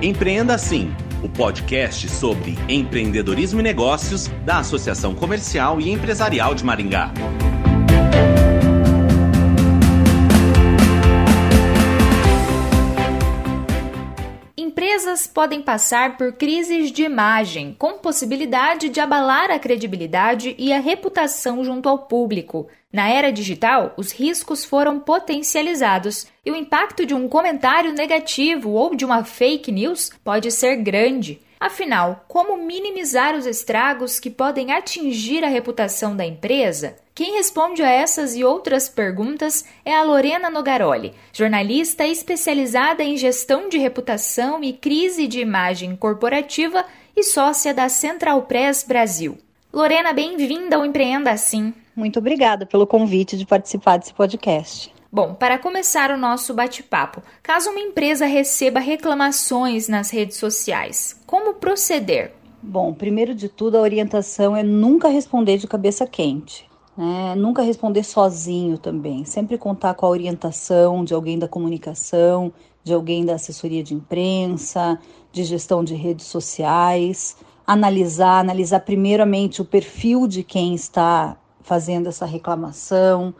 Empreenda Assim, o podcast sobre empreendedorismo e negócios da Associação Comercial e Empresarial de Maringá. Empresas podem passar por crises de imagem, com possibilidade de abalar a credibilidade e a reputação junto ao público. Na era digital, os riscos foram potencializados e o impacto de um comentário negativo ou de uma fake news pode ser grande. Afinal, como minimizar os estragos que podem atingir a reputação da empresa? Quem responde a essas e outras perguntas é a Lorena Nogaroli, jornalista especializada em gestão de reputação e crise de imagem corporativa e sócia da Central Press Brasil. Lorena, bem-vinda ao Empreenda Assim. Muito obrigada pelo convite de participar desse podcast. Bom, para começar o nosso bate-papo, caso uma empresa receba reclamações nas redes sociais, como proceder? Bom, primeiro de tudo, a orientação é nunca responder de cabeça quente, né? Nunca responder sozinho também, sempre contar com a orientação de alguém da comunicação, de alguém da assessoria de imprensa, de gestão de redes sociais, analisar primeiramente o perfil de quem está fazendo essa reclamação,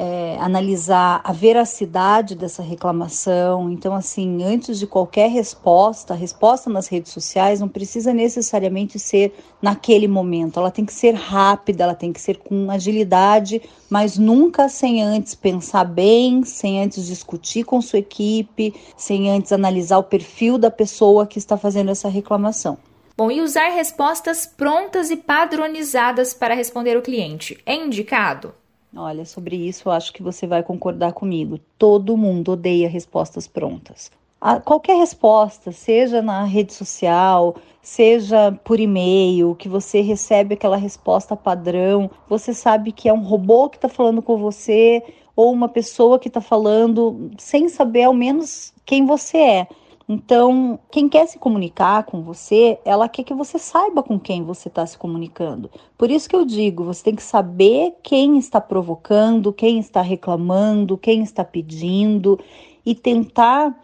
analisar a veracidade dessa reclamação. Então, assim, antes de qualquer resposta, a resposta nas redes sociais não precisa necessariamente ser naquele momento. Ela tem que ser rápida, ela tem que ser com agilidade, mas nunca sem antes pensar bem, sem antes discutir com sua equipe, sem antes analisar o perfil da pessoa que está fazendo essa reclamação. Bom, e usar respostas prontas e padronizadas para responder o cliente é indicado? Olha, sobre isso eu acho que você vai concordar comigo. Todo mundo odeia respostas prontas. Qualquer resposta, seja na rede social, seja por e-mail, que você recebe aquela resposta padrão, você sabe que é um robô que está falando com você ou uma pessoa que está falando sem saber ao menos quem você é. Então, quem quer se comunicar com você, ela quer que você saiba com quem você está se comunicando. Por isso que eu digo, você tem que saber quem está provocando, quem está reclamando, quem está pedindo e tentar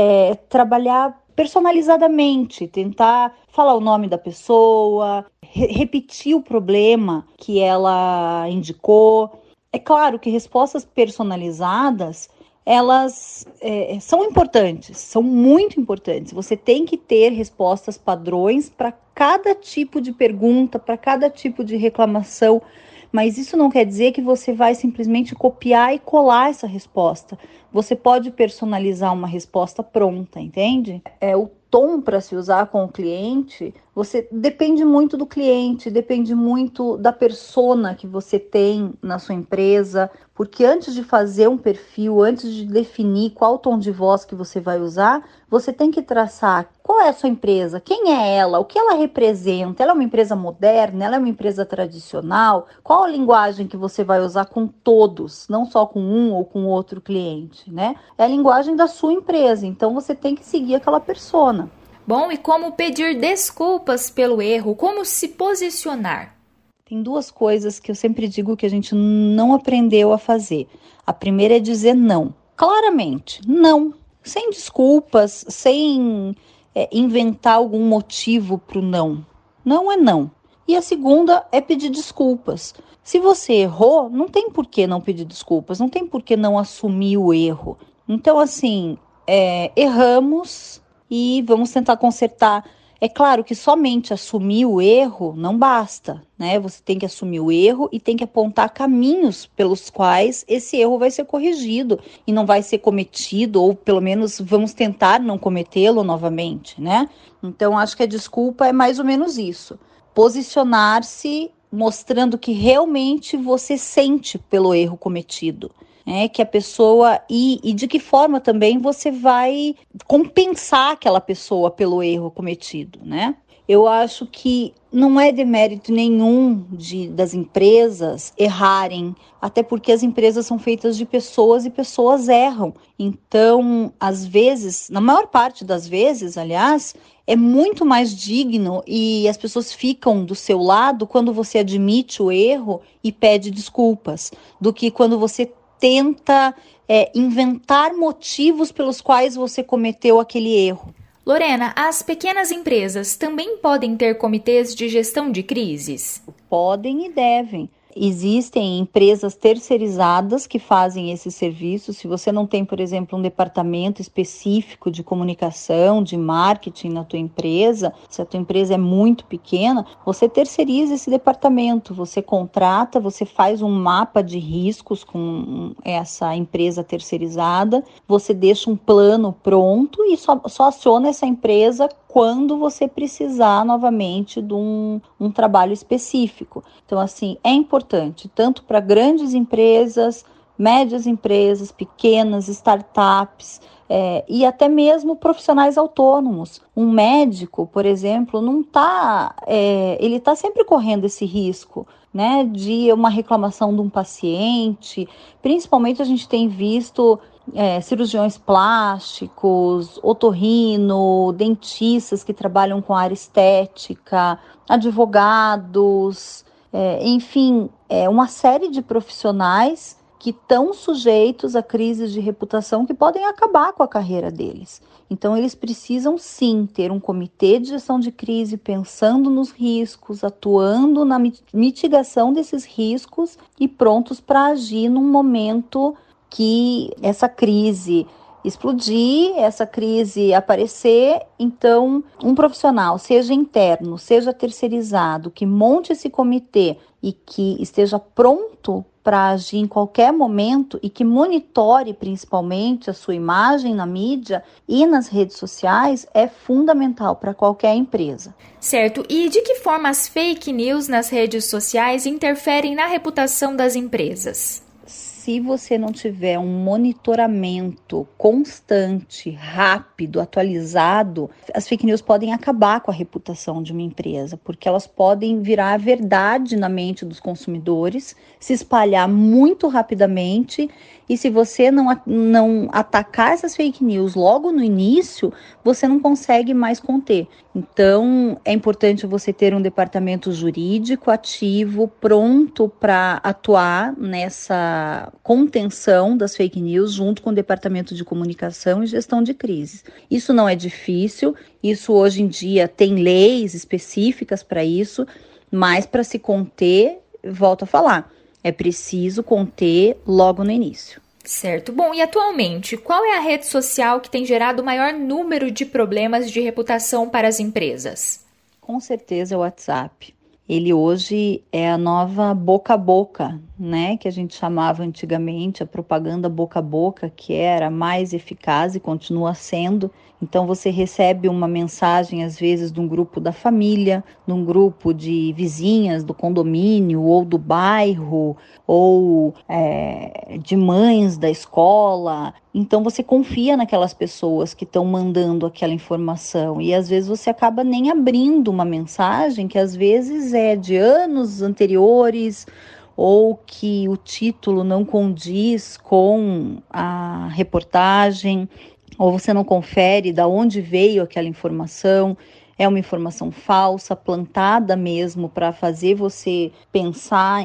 trabalhar personalizadamente, tentar falar o nome da pessoa, repetir o problema que ela indicou. É claro que respostas personalizadas elas são importantes, são muito importantes. Você tem que ter respostas padrões para cada tipo de pergunta, para cada tipo de reclamação, mas isso não quer dizer que você vai simplesmente copiar e colar essa resposta. Você pode personalizar uma resposta pronta, entende? O tom para se usar com o cliente, você depende muito do cliente, depende muito da persona que você tem na sua empresa, porque antes de fazer um perfil, antes de definir qual tom de voz que você vai usar, você tem que traçar qual é a sua empresa, quem é ela, o que ela representa, ela é uma empresa moderna, ela é uma empresa tradicional, qual a linguagem que você vai usar com todos, não só com um ou com outro cliente, né? É a linguagem da sua empresa, então você tem que seguir aquela persona. Bom, e como pedir desculpas pelo erro? Como se posicionar? Tem duas coisas que eu sempre digo que a gente não aprendeu a fazer. A primeira é dizer não. Claramente, não. Sem desculpas, sem inventar algum motivo para o não. Não é não. E a segunda é pedir desculpas. Se você errou, não tem por que não pedir desculpas, não tem por que não assumir o erro. Então, assim, erramos e vamos tentar consertar. É claro que somente assumir o erro não basta, né? Você tem que assumir o erro e tem que apontar caminhos pelos quais esse erro vai ser corrigido e não vai ser cometido, ou pelo menos vamos tentar não cometê-lo novamente, né? Então, acho que a desculpa é mais ou menos isso. Posicionar-se mostrando que realmente você sente pelo erro cometido. Que a pessoa, e de que forma também você vai compensar aquela pessoa pelo erro cometido, né? Eu acho que não é demérito nenhum das empresas errarem, até porque as empresas são feitas de pessoas e pessoas erram. Então, às vezes, na maior parte das vezes, aliás, é muito mais digno e as pessoas ficam do seu lado quando você admite o erro e pede desculpas, do que quando você tenta inventar motivos pelos quais você cometeu aquele erro. Lorena, as pequenas empresas também podem ter comitês de gestão de crises? Podem e devem. Existem empresas terceirizadas que fazem esses serviços. Se você não tem, por exemplo, um departamento específico de comunicação, de marketing na tua empresa, se a tua empresa é muito pequena, você terceiriza esse departamento, você contrata, você faz um mapa de riscos com essa empresa terceirizada, você deixa um plano pronto e só aciona essa empresa quando você precisar novamente de um trabalho específico. Então, assim, é importante, tanto para grandes empresas, médias empresas, pequenas, startups, e até mesmo profissionais autônomos. Um médico, por exemplo, ele está sempre correndo esse risco, né, de uma reclamação de um paciente. Principalmente a gente tem visto cirurgiões plásticos, otorrino, dentistas que trabalham com área estética, advogados, enfim, uma série de profissionais que estão sujeitos a crises de reputação que podem acabar com a carreira deles. Então, eles precisam sim ter um comitê de gestão de crise pensando nos riscos, atuando na mitigação desses riscos e prontos para agir num momento que essa crise explodir, essa crise aparecer. Então, um profissional, seja interno, seja terceirizado, que monte esse comitê e que esteja pronto para agir em qualquer momento e que monitore principalmente a sua imagem na mídia e nas redes sociais, é fundamental para qualquer empresa. Certo. E de que forma as fake news nas redes sociais interferem na reputação das empresas? Se você não tiver um monitoramento constante, rápido, atualizado, as fake news podem acabar com a reputação de uma empresa, porque elas podem virar a verdade na mente dos consumidores, se espalhar muito rapidamente, e se você não atacar essas fake news logo no início, você não consegue mais conter. Então, é importante você ter um departamento jurídico ativo, pronto para atuar nessa contenção das fake news, junto com o departamento de comunicação e gestão de crises. Isso não é difícil, isso hoje em dia tem leis específicas para isso, mas para se conter, volto a falar, é preciso conter logo no início. Certo. Bom, e atualmente, qual é a rede social que tem gerado o maior número de problemas de reputação para as empresas? Com certeza é o WhatsApp. Ele hoje é a nova boca a boca, né? Que a gente chamava antigamente, a propaganda boca a boca, que era mais eficaz e continua sendo. Então você recebe uma mensagem, às vezes, de um grupo da família, de um grupo de vizinhas do condomínio ou do bairro, ou de mães da escola. Então você confia naquelas pessoas que estão mandando aquela informação e às vezes você acaba nem abrindo uma mensagem que às vezes é de anos anteriores ou que o título não condiz com a reportagem, ou você não confere de onde veio aquela informação. É uma informação falsa, plantada mesmo para fazer você pensar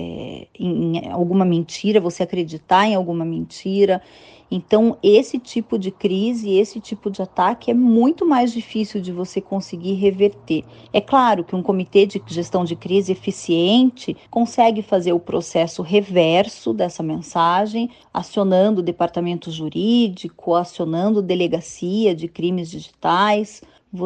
em alguma mentira, você acreditar em alguma mentira. Então, esse tipo de crise, esse tipo de ataque é muito mais difícil de você conseguir reverter. É claro que um comitê de gestão de crise eficiente consegue fazer o processo reverso dessa mensagem, acionando o departamento jurídico, acionando delegacia de crimes digitais.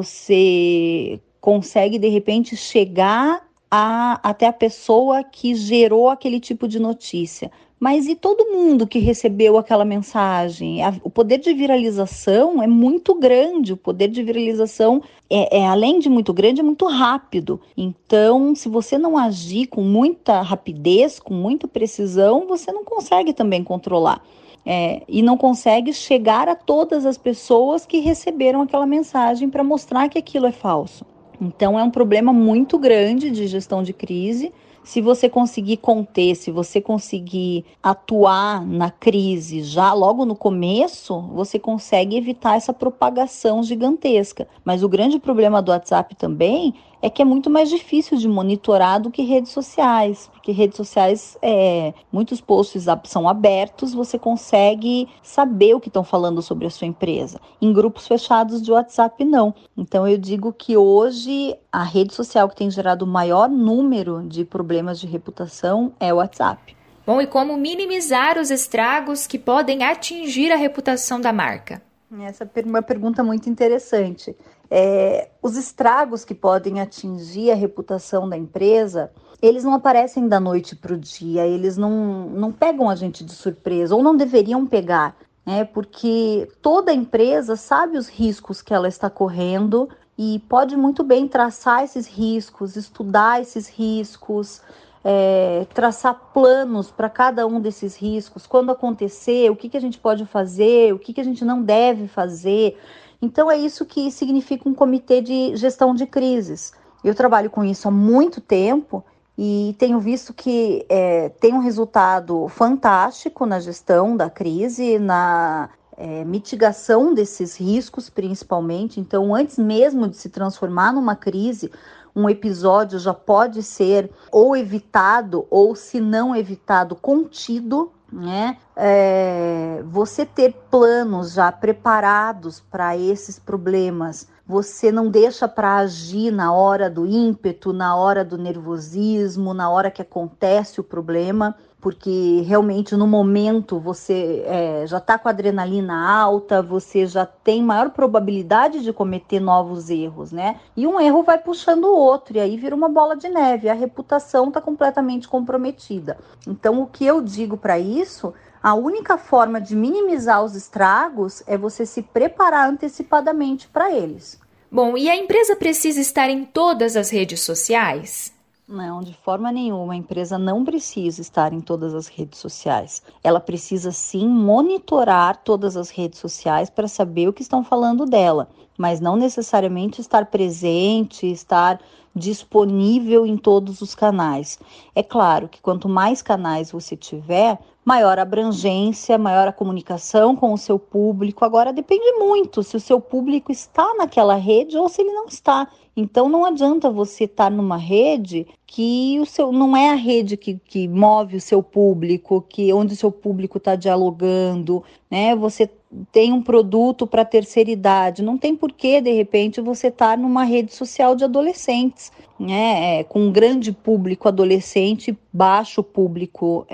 Você consegue, de repente, chegar até a pessoa que gerou aquele tipo de notícia. Mas e todo mundo que recebeu aquela mensagem? O poder de viralização é muito grande, o poder de viralização além de muito grande, é muito rápido. Então, se você não agir com muita rapidez, com muita precisão, você não consegue também controlar. E não consegue chegar a todas as pessoas que receberam aquela mensagem para mostrar que aquilo é falso. Então, é um problema muito grande de gestão de crise. Se você conseguir conter, se você conseguir atuar na crise já logo no começo, você consegue evitar essa propagação gigantesca. Mas o grande problema do WhatsApp também é que é muito mais difícil de monitorar do que redes sociais, porque porque redes sociais, muitos posts são abertos, você consegue saber o que estão falando sobre a sua empresa. Em grupos fechados de WhatsApp, não. Então, eu digo que hoje a rede social que tem gerado o maior número de problemas de reputação é o WhatsApp. Bom, e como minimizar os estragos que podem atingir a reputação da marca? Essa é uma pergunta muito interessante. Os estragos que podem atingir a reputação da empresa, eles não aparecem da noite para o dia, eles não pegam a gente de surpresa, ou não deveriam pegar, né? Porque toda empresa sabe os riscos que ela está correndo e pode muito bem traçar esses riscos, estudar esses riscos, traçar planos para cada um desses riscos, quando acontecer, o que a gente pode fazer, o que a gente não deve fazer. Então, é isso que significa um comitê de gestão de crises. Eu trabalho com isso há muito tempo e tenho visto que tem um resultado fantástico na gestão da crise, na mitigação desses riscos, principalmente. Então, antes mesmo de se transformar numa crise, um episódio já pode ser ou evitado, ou se não evitado, contido, né? Você ter planos já preparados para esses problemas, você não deixa para agir na hora do ímpeto, na hora do nervosismo, na hora que acontece o problema, porque realmente no momento você já está com a adrenalina alta, você já tem maior probabilidade de cometer novos erros, né? E um erro vai puxando o outro, e aí vira uma bola de neve, a reputação está completamente comprometida. Então, o que eu digo para isso, a única forma de minimizar os estragos é você se preparar antecipadamente para eles. Bom, e a empresa precisa estar em todas as redes sociais? Não, de forma nenhuma. A empresa não precisa estar em todas as redes sociais. Ela precisa sim monitorar todas as redes sociais para saber o que estão falando dela, mas não necessariamente estar presente, estar disponível em todos os canais. É claro que quanto mais canais você tiver, maior a abrangência, maior a comunicação com o seu público. Agora depende muito se o seu público está naquela rede ou se ele não está. Então não adianta você estar numa rede que não é a rede que move o seu público, onde o seu público está dialogando, né? Você tem um produto para terceira idade, não tem porquê, de repente, você estar numa rede social de adolescentes, né? Com um grande público adolescente, baixo público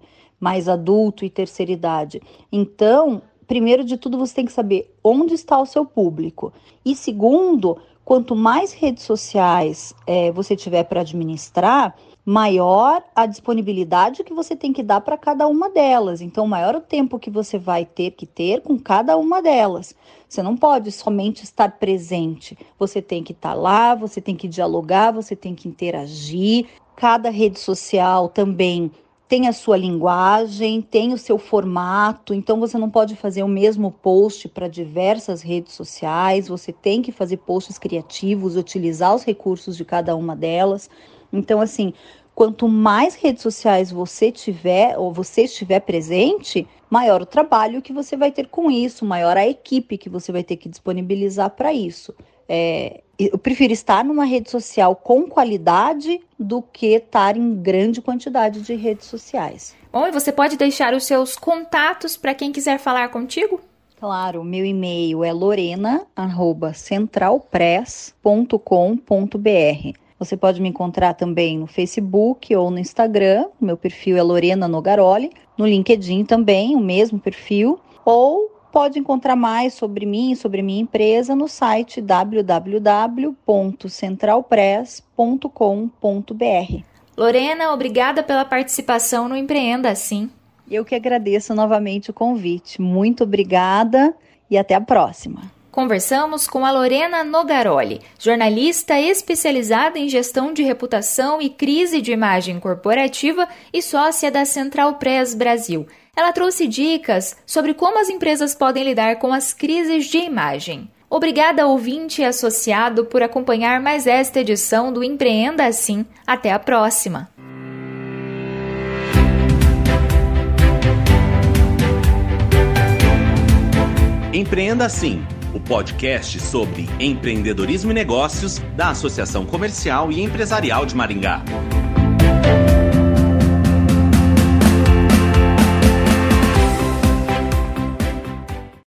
mais adulto e terceira idade. Então, primeiro de tudo, você tem que saber onde está o seu público. E segundo, quanto mais redes sociais você tiver para administrar, maior a disponibilidade que você tem que dar para cada uma delas. Então, maior o tempo que você vai ter que ter com cada uma delas. Você não pode somente estar presente. Você tem que estar lá, você tem que dialogar, você tem que interagir. Cada rede social também tem a sua linguagem, tem o seu formato, então você não pode fazer o mesmo post para diversas redes sociais, você tem que fazer posts criativos, utilizar os recursos de cada uma delas. Então, assim, quanto mais redes sociais você tiver, ou você estiver presente, maior o trabalho que você vai ter com isso, maior a equipe que você vai ter que disponibilizar para isso. Eu prefiro estar numa rede social com qualidade do que estar em grande quantidade de redes sociais. Bom, e você pode deixar os seus contatos para quem quiser falar contigo? Claro, meu e-mail é lorena@centralpress.com.br. Você pode me encontrar também no Facebook ou no Instagram, meu perfil é Lorena Nogaroli, no LinkedIn também, o mesmo perfil, ou pode encontrar mais sobre mim e sobre minha empresa no site www.centralpress.com.br. Lorena, obrigada pela participação no Empreenda Assim. Eu que agradeço novamente o convite. Muito obrigada e até a próxima. Conversamos com a Lorena Nogaroli, jornalista especializada em gestão de reputação e crise de imagem corporativa e sócia da Central Press Brasil. Ela trouxe dicas sobre como as empresas podem lidar com as crises de imagem. Obrigada, ouvinte e associado, por acompanhar mais esta edição do Empreenda Assim. Até a próxima! Empreenda Assim, o podcast sobre empreendedorismo e negócios da Associação Comercial e Empresarial de Maringá.